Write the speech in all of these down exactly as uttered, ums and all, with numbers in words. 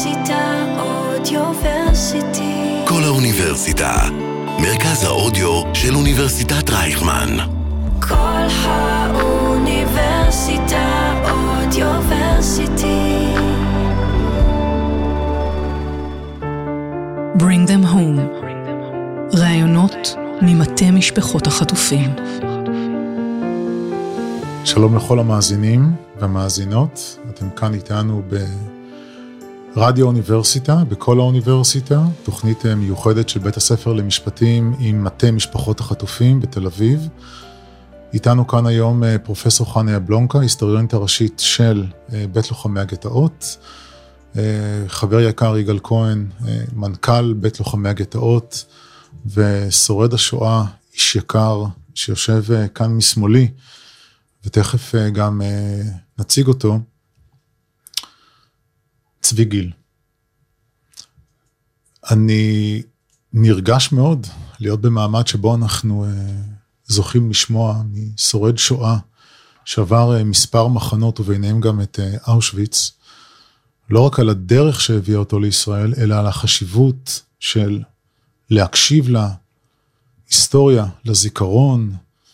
האוניברסיטה אודיוורסיטי. כל האוניברסיטה, מרכז האודיו של אוניברסיטת רייכמן. כל האוניברסיטה אודיוורסיטי. Bring them home. רעיונות ממטה משפחות החטופים. שלום לכל המאזינים והמאזינות, אתם כאן איתנו ברדיו אוניברסיטה, בכל האוניברסיטה, תוכנית מיוחדת של בית הספר למשפטים עם מטה משפחות החטופים בתל אביב. איתנו כאן היום פרופסור חנה יבלונקה, היסטוריונית הראשית של בית לוחמי הגטאות, חבר יקר יגאל כהן, מנכ"ל בית לוחמי הגטאות, ושורד השואה, איש יקר שיושב כאן משמאלי, ותכף גם נציג אותו, צבי גיל. אני נרגש מאוד להיות במעמד שבו אנחנו זוכים לשמוע משורד שואה, שעבר מספר מחנות וביניהם גם את אושוויץ, לא רק על הדרך שהביאה אותו לישראל, אלא על החשיבות של להקשיב להיסטוריה, לזיכרון,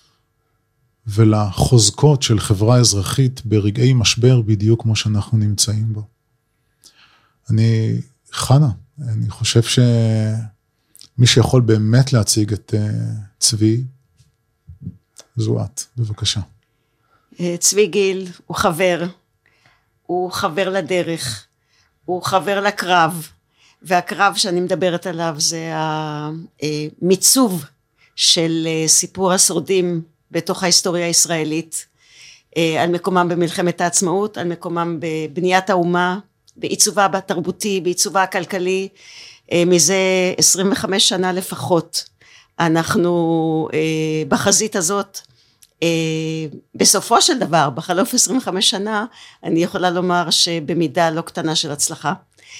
ולחוזקות של חברה אזרחית ברגעי משבר בדיוק כמו שאנחנו נמצאים בו. אני, חנה, אני חושב שמי שיכול באמת להציג את צבי, זו את, בבקשה. צבי גיל הוא חבר, הוא חבר לדרך, הוא חבר לקרב, והקרב שאני מדברת עליו זה המיצוב של סיפור השורדים בתוך ההיסטוריה הישראלית, על מקומם במלחמת העצמאות, על מקומם בבניית האומה, בעיצובה בתרבותי, בעיצובה הכלכלי, מזה עשרים וחמש שנה לפחות. אנחנו בחזית הזאת, בסופו של דבר, בחלוף עשרים וחמש שנה, אני יכולה לומר שבמידה לא קטנה של הצלחה,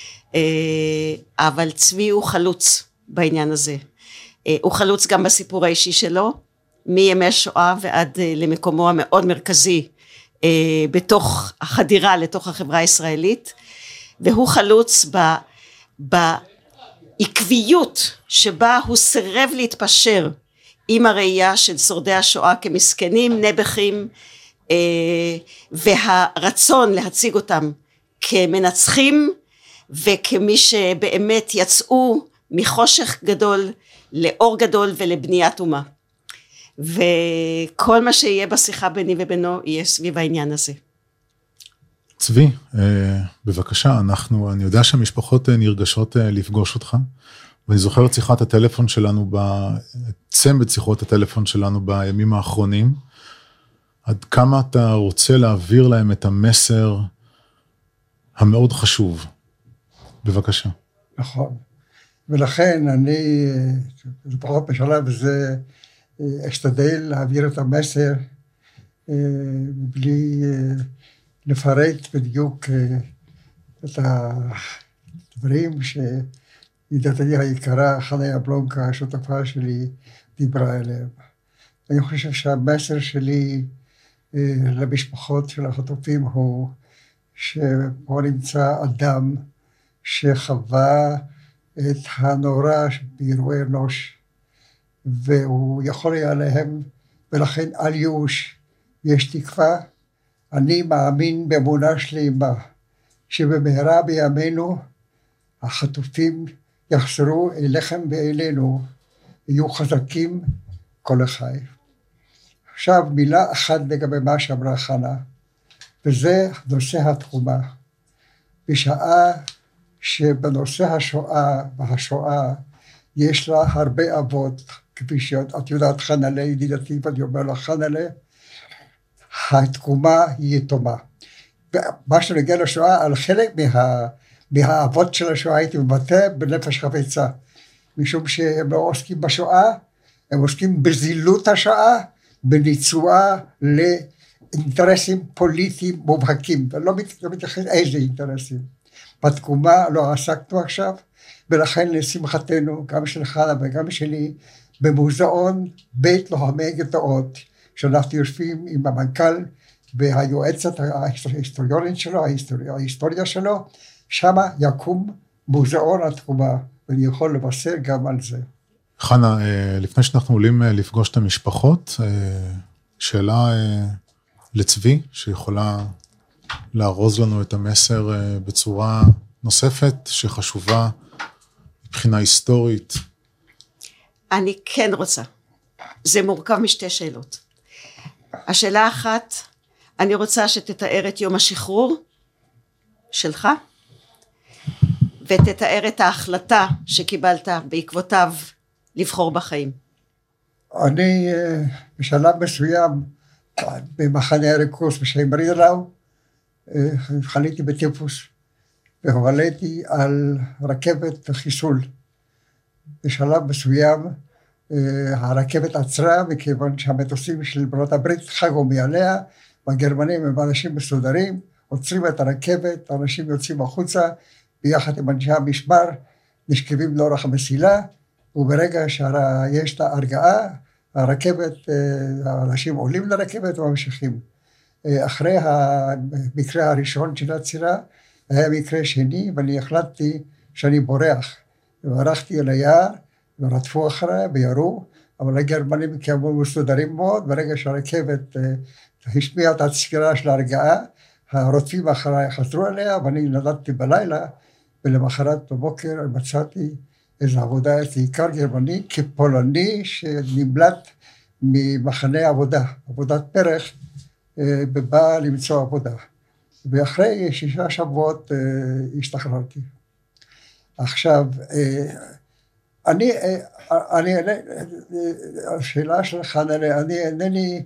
אבל צבי הוא חלוץ בעניין הזה. הוא חלוץ גם בסיפור האישי שלו, מימי השואה ועד למקומו המאוד מרכזי בתוך החדירה לתוך החברה הישראלית, והוא חלוץ ב, בעקביות שבה הוא סירב להתפשר עם הראייה של שורדי השואה כמסכנים, נבחים, והרצון להציג אותם כמנצחים וכמי שבאמת יצאו מחושך גדול לאור גדול ולבניית אומה. וכל מה שיהיה בשיחה ביני ובינו יהיה סביב העניין הזה. צבי, בבקשה, אנחנו, אני יודע שהמשפחות נרגשות לפגוש אותך, ואני זוכר את שיחת הטלפון שלנו, צמד שיחות הטלפון שלנו בימים האחרונים, עד כמה אתה רוצה להעביר להם את המסר המאוד חשוב. בבקשה. נכון, ולכן אני, לפחות בשלב הזה, אשתדל להעביר את המסר, בלי לפרט בדיוק את הדברים שידידתי היקרה, חנה יבלונקה, השותפה שלי, דיברה עליהם. אני חושב שהמסר שלי למשפחות של החטופים הוא, שפה נמצא אדם שחווה את הנורא באירועי אנוש, והוא יכול היה להם, ולכן אל ייאוש, יש תקווה. אני מאמין באמונה שלמה, שבמהרה בימינו, החטופים יחזרו אליכם ואלינו, יהיו חזקים כל החיים. עכשיו מילה אחת לגבי מה שאמרה חנה, וזה נושא התקומה. בשעה שבנושא השואה והשואה, יש לה הרבה אבות, כפי שאת יודעת חנלה, ידידתי, ואני אומר לך חנלה, התקומה היא יתומה. ומה שנוגע לשואה, על חלק מה, מהאבות של השואה הייתי מבטא בנפש חפצה, משום שהם לא עוסקים בשואה, הם עוסקים בזילות השואה, בניצועה לאינטרסים פוליטיים מובהקים, ולא מתייחס איזה אינטרסים. בתקומה לא עסקנו עכשיו, ולכן לשמחתנו, גם של חנה וגם שלי, במוזיאון בית לוחמי הגטאות, שאנחנו יושבים עם המנכ"ל והיועצת ההיסטוריונית שלו, ההיסטוריה, ההיסטוריה שלו, שם יקום מוזיאון התקומה, ואני יכול לבשר גם על זה. חנה, לפני שאנחנו עולים לפגוש את המשפחות, שאלה לצבי, שיכולה לארוז לנו את המסר בצורה נוספת, שחשובה מבחינה היסטורית. אני כן רוצה. זה מורכב משתי שאלות. השאלה האחת, אני רוצה שתתאר את יום השחרור שלך, ותתאר את ההחלטה שקיבלת בעקבותיו לבחור בחיים. אני בשלב מסוים במחנה הריכוז בשם רידלאו, חליתי בטיפוס, והועליתי על רכבת חיסול. בשלב מסוים הרכבת עצרה, מכיוון שהמטוסים של בעלות הברית חגו מעליה, והגרמנים הם אנשים מסודרים, עוצרים את הרכבת, האנשים יוצאים החוצה, ביחד עם אנשי המשמר, נשכבים לאורך המסילה, וברגע שיש את ההרגעה, הרכבת, האנשים עולים לרכבת וממשיכים. אחרי המקרה הראשון של העצירה, היה מקרה שני, ואני החלטתי שאני בורח. וערכתי אל היער, ורדפו אחריי וירו, אבל הגרמנים כאמור מסודרים מאוד, ברגע שהרכבת השמיעה את הצפירה של ההרגעה, הרודפים אחריי חזרו אליה, ואני נדדתי בלילה, ולמחרת בבוקר מצאתי איזו עבודה אצל עיקר גרמני, כפולני שנמלט ממחנה עבודה, עבודת פרח, ובא למצוא עבודה. ואחרי שישה שבועות השתחררתי. עכשיו, אני, אני, השאלה שלך, אני אינני,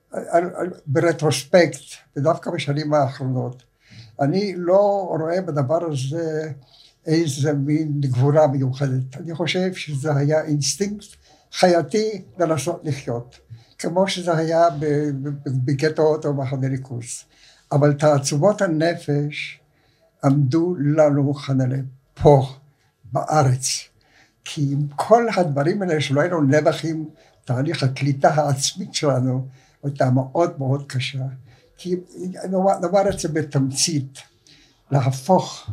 ברטרוספקט, ודווקא בשנים האחרונות, אני לא רואה בדבר הזה איזה מין גבורה מיוחדת. אני חושב שזה היה אינסטינקט חייתי לנסות לחיות, כמו שזה היה בגטאות או מחנה ריכוז. אבל תעצומות הנפש עמדו לנו חנלה פה בארץ, כי עם כל הדברים האלה שלא היינו נבחים, תהליך הקליטה העצמית שלנו הייתה מאוד מאוד קשה. כי נאמר את זה בתמצית, להפוך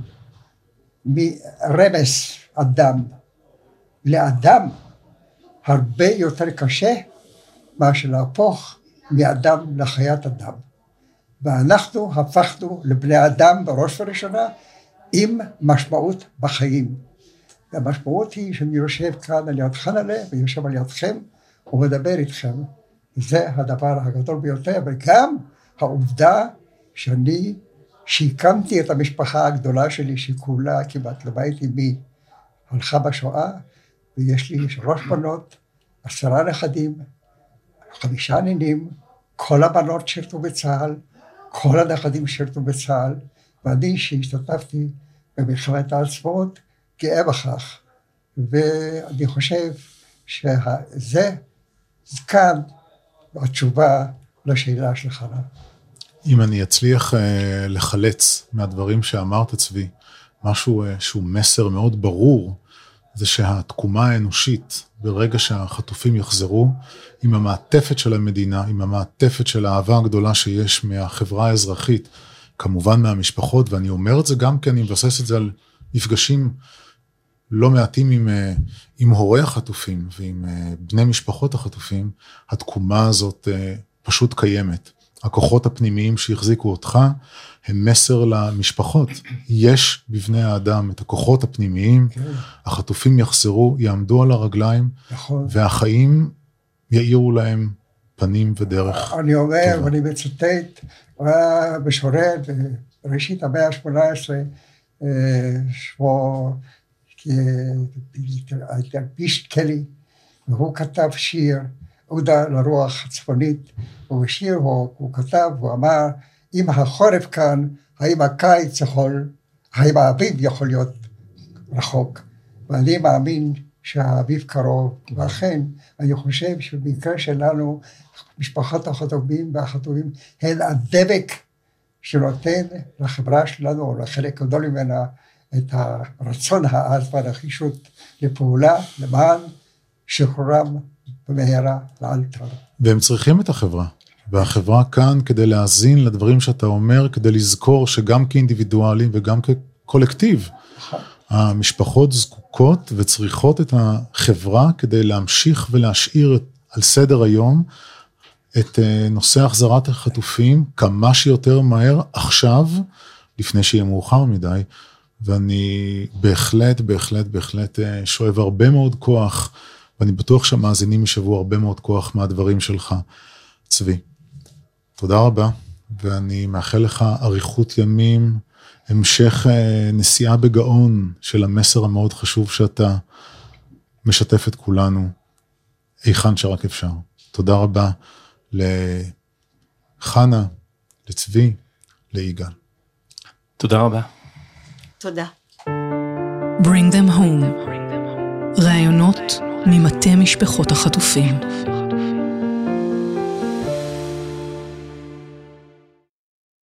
מרמס אדם לאדם הרבה יותר קשה מאשר להפוך מאדם לחיית אדם. ואנחנו הפכנו לבני אדם בראש וראשונה עם משמעות בחיים. והמשמעות היא שאני יושב כאן על יד חנלה ויושב על ידכם ומדבר איתכם. זה הדבר הגדול ביותר, וגם העובדה שאני שהקמתי את המשפחה הגדולה שלי שכולה כמעט לבית אמי הלכה בשואה, ויש לי שלוש בנות, עשרה נכדים, חמישה נינים, כל הבנות שירתו בצה"ל, כל הנכדים שירתו בצה"ל, ואני שהשתתפתי במלחמת העצמאות גאה בכך, ואני חושב שזה כאן התשובה לשאלה שלך. אם אני אצליח לחלץ מהדברים שאמרת צבי, משהו שהוא מסר מאוד ברור, זה שהתקומה האנושית, ברגע שהחטופים יחזרו, עם המעטפת של המדינה, עם המעטפת של האהבה הגדולה שיש מהחברה האזרחית, כמובן מהמשפחות, ואני אומר את זה גם כי אני מבסס את זה על מפגשים לא מעטים עם, עם הורי החטופים ועם בני משפחות החטופים, התקומה הזאת פשוט קיימת. הכוחות הפנימיים שהחזיקו אותך הם מסר למשפחות. יש בבני האדם את הכוחות הפנימיים, כן. החטופים יחזרו, יעמדו על הרגליים, נכון. והחיים יאירו להם פנים ודרך. אני אומר, טובה. ואני מצטט, בשורר, בראשית המאה ה-שמונה עשרה, שמו בישט קלי, והוא כתב שיר, עודה לרוח הצפונית, ובשיר הוא, הוא כתב, הוא אמר, אם החורף כאן, האם הקיץ יכול, האם האביב יכול להיות רחוק, ואני מאמין שהאביב קרוב, ואכן, אני חושב שבמקרה שלנו, משפחות החטופים והחטופים, הן הדבק שנותן לחברה שלנו, או לחלק גדול ממנה, את הרצון העז והנחישות לפעולה, למען שחרורם במהרה לאלתר. והם צריכים את החברה, והחברה כאן כדי להאזין לדברים שאתה אומר, כדי לזכור שגם כאינדיבידואלים וגם קולקטיב. המשפחות זקוקות וצריכות את החברה כדי להמשיך ולהשאיר על סדר היום את נושא החזרת החטופים כמה שיותר מהר עכשיו, לפני שיהיה מאוחר מדי, ואני בהחלט, בהחלט, בהחלט שואב הרבה מאוד כוח, ואני בטוח שהמאזינים ישבו הרבה מאוד כוח מהדברים שלך, צבי. תודה רבה, ואני מאחל לך אריכות ימים, המשך נסיעה בגאון של המסר המאוד חשוב שאתה משתף את כולנו, היכן שרק אפשר. תודה רבה לחנה, לצבי, ליגאל. תודה רבה. תודה. Bring them home. רעיונות ממטה משפחות החטופים.